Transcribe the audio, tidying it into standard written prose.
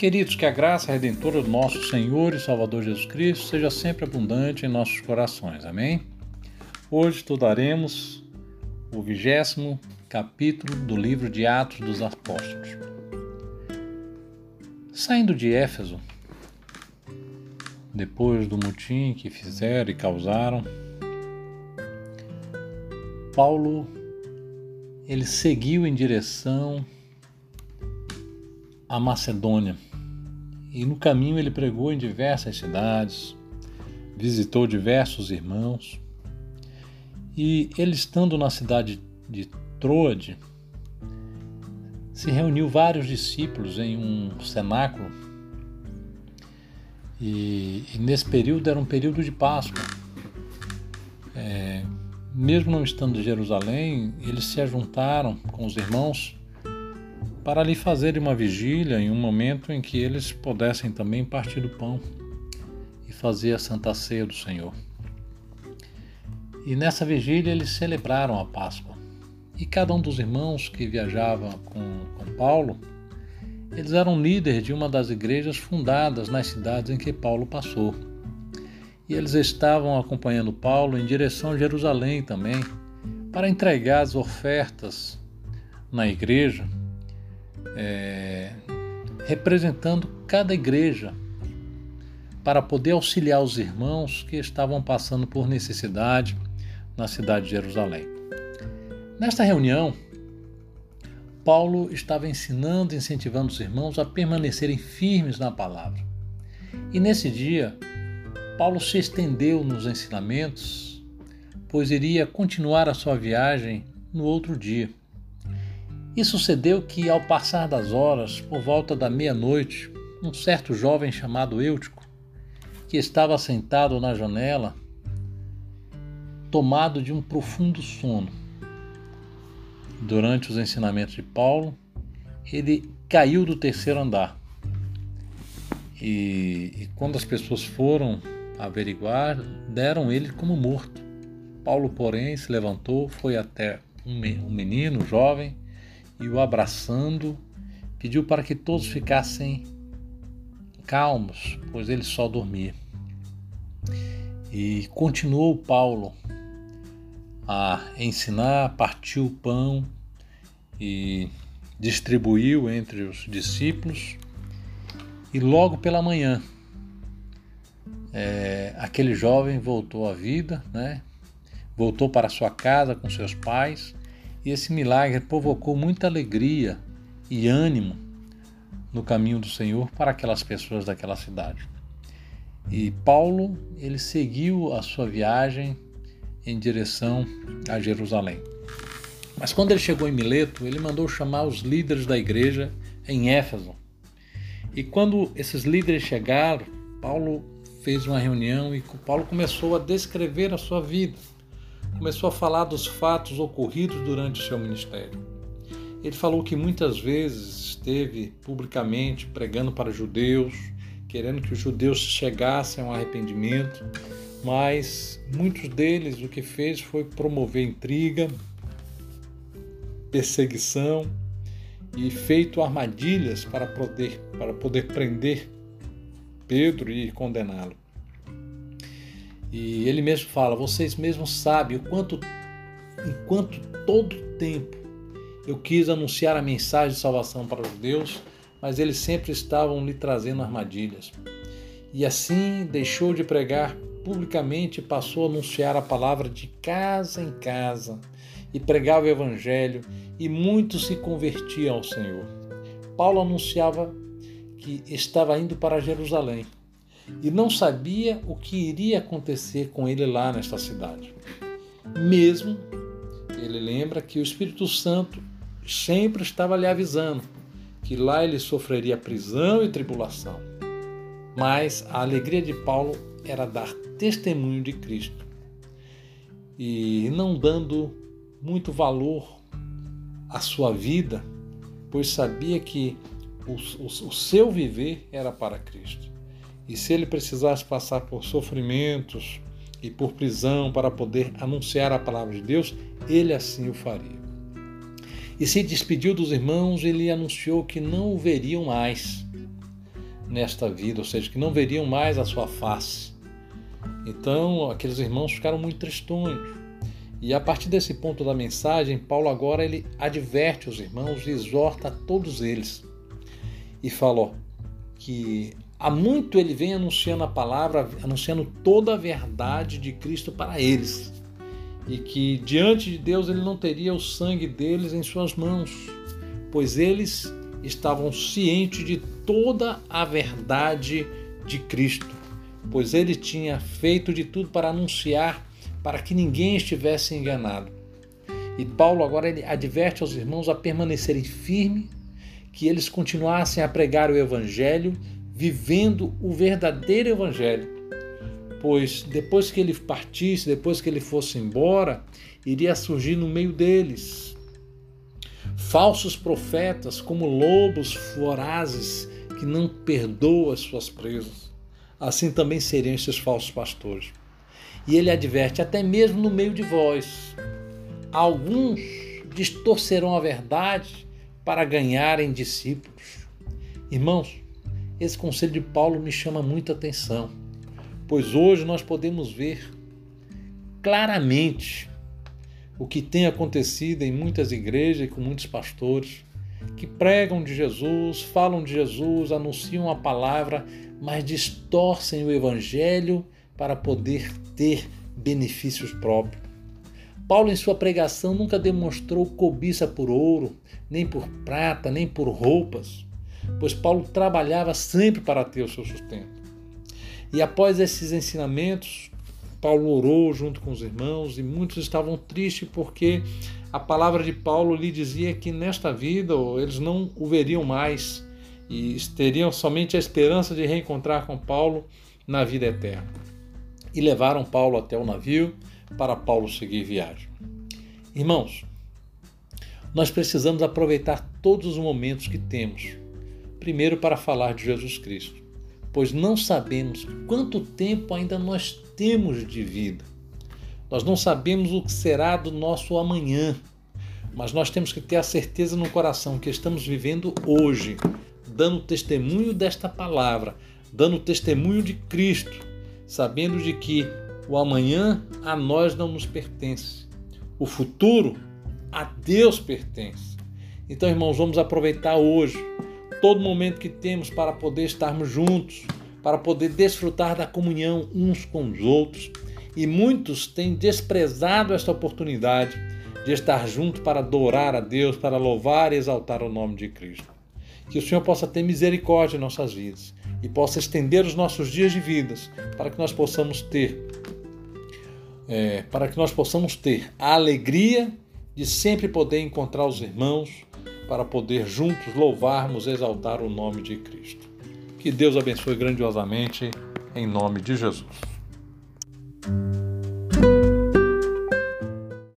Queridos, que a graça redentora do nosso Senhor e Salvador Jesus Cristo seja sempre abundante em nossos corações. Amém? Hoje estudaremos o 20º capítulo do livro de Atos dos Apóstolos. Saindo de Éfeso, depois do motim que fizeram e causaram, Paulo ele seguiu em direção à Macedônia e no caminho ele pregou em diversas cidades, visitou diversos irmãos e ele estando na cidade de Troade se reuniu vários discípulos em um cenáculo e nesse período era um período de Páscoa. Mesmo não estando em Jerusalém, eles se ajuntaram com os irmãos para ali fazerem uma vigília em um momento em que eles pudessem também partir do pão e fazer a Santa Ceia do Senhor. E nessa vigília eles celebraram a Páscoa. E cada um dos irmãos que viajava com Paulo, eles eram líderes de uma das igrejas fundadas nas cidades em que Paulo passou. E eles estavam acompanhando Paulo em direção a Jerusalém também, para entregar as ofertas na igreja, representando cada igreja, para poder auxiliar os irmãos que estavam passando por necessidade na cidade de Jerusalém. Nesta reunião, Paulo estava ensinando e incentivando os irmãos a permanecerem firmes na palavra. E nesse dia, Paulo se estendeu nos ensinamentos, pois iria continuar a sua viagem no outro dia. E sucedeu que, ao passar das horas, por volta da meia-noite, um certo jovem chamado Eutico, que estava sentado na janela, tomado de um profundo sono. Durante os ensinamentos de Paulo, ele caiu do terceiro andar. E quando as pessoas foram averiguar, deram ele como morto. Paulo, porém, se levantou, foi até um menino jovem e o abraçando, pediu para que todos ficassem calmos, pois ele só dormia. E continuou Paulo a ensinar, partiu o pão e distribuiu entre os discípulos. E logo pela manhã, aquele jovem voltou à vida, voltou para sua casa com seus pais, e esse milagre provocou muita alegria e ânimo no caminho do Senhor para aquelas pessoas daquela cidade. E Paulo, ele seguiu a sua viagem em direção a Jerusalém. Mas quando ele chegou em Mileto, ele mandou chamar os líderes da igreja em Éfeso. E quando esses líderes chegaram, Paulo fez uma reunião e Paulo começou a descrever a sua vida. Começou a falar dos fatos ocorridos durante o seu ministério. Ele falou que muitas vezes esteve publicamente pregando para os judeus, querendo que os judeus chegassem a um arrependimento, mas muitos deles o que fez foi promover intriga, perseguição e feito armadilhas para poder prender Pedro e condená-lo. E ele mesmo fala, vocês mesmos sabem enquanto todo tempo eu quis anunciar a mensagem de salvação para os judeus, mas eles sempre estavam lhe trazendo armadilhas. E assim deixou de pregar publicamente e passou a anunciar a palavra de casa em casa e pregava o evangelho e muitos se convertiam ao Senhor. Paulo anunciava que estava indo para Jerusalém e não sabia o que iria acontecer com ele lá nesta cidade. Mesmo, ele lembra que o Espírito Santo sempre estava lhe avisando que lá ele sofreria prisão e tribulação. Mas a alegria de Paulo era dar testemunho de Cristo e não dando muito valor à sua vida, pois sabia que o seu viver era para Cristo. E se ele precisasse passar por sofrimentos e por prisão para poder anunciar a palavra de Deus, ele assim o faria. E se despediu dos irmãos, ele anunciou que não o veriam mais. nesta vida, ou seja, que não veriam mais a sua face. Então, aqueles irmãos ficaram muito tristonhos. E a partir desse ponto da mensagem, Paulo agora ele adverte os irmãos e exorta a todos eles. E fala que há muito ele vem anunciando a palavra, anunciando toda a verdade de Cristo para eles. E que diante de Deus ele não teria o sangue deles em suas mãos, pois eles estavam cientes de toda a verdade de Cristo, pois ele tinha feito de tudo para anunciar, para que ninguém estivesse enganado. E Paulo agora ele adverte aos irmãos a permanecerem firmes, que eles continuassem a pregar o Evangelho, vivendo o verdadeiro Evangelho, pois depois que ele partisse, depois que ele fosse embora, iria surgir no meio deles falsos profetas como lobos vorazes que não perdoam as suas presas. Assim também seriam esses falsos pastores. E ele adverte, até mesmo no meio de vós, alguns distorcerão a verdade para ganharem discípulos. Irmãos, esse conselho de Paulo me chama muita atenção, pois hoje nós podemos ver claramente o que tem acontecido em muitas igrejas e com muitos pastores que pregam de Jesus, falam de Jesus, anunciam a palavra, mas distorcem o Evangelho para poder ter benefícios próprios. Paulo, em sua pregação, nunca demonstrou cobiça por ouro, nem por prata, nem por roupas, pois Paulo trabalhava sempre para ter o seu sustento. E após esses ensinamentos, Paulo orou junto com os irmãos e muitos estavam tristes porque a palavra de Paulo lhe dizia que nesta vida eles não o veriam mais e teriam somente a esperança de reencontrar com Paulo na vida eterna. E levaram Paulo até o navio para Paulo seguir viagem. Irmãos, nós precisamos aproveitar todos os momentos que temos, primeiro para falar de Jesus Cristo, pois não sabemos quanto tempo ainda nós temos de vida. Nós não sabemos o que será do nosso amanhã, mas nós temos que ter a certeza no coração que estamos vivendo hoje, dando testemunho desta palavra, dando testemunho de Cristo, sabendo de que o amanhã a nós não nos pertence, o futuro a Deus pertence. Então, irmãos, vamos aproveitar hoje todo momento que temos para poder estarmos juntos, para poder desfrutar da comunhão uns com os outros. E muitos têm desprezado esta oportunidade de estar juntos para adorar a Deus, para louvar e exaltar o nome de Cristo. Que o Senhor possa ter misericórdia em nossas vidas e possa estender os nossos dias de vidas para que nós possamos ter a alegria de sempre poder encontrar os irmãos para poder juntos louvarmos e exaltar o nome de Cristo. Que Deus abençoe grandiosamente, em nome de Jesus.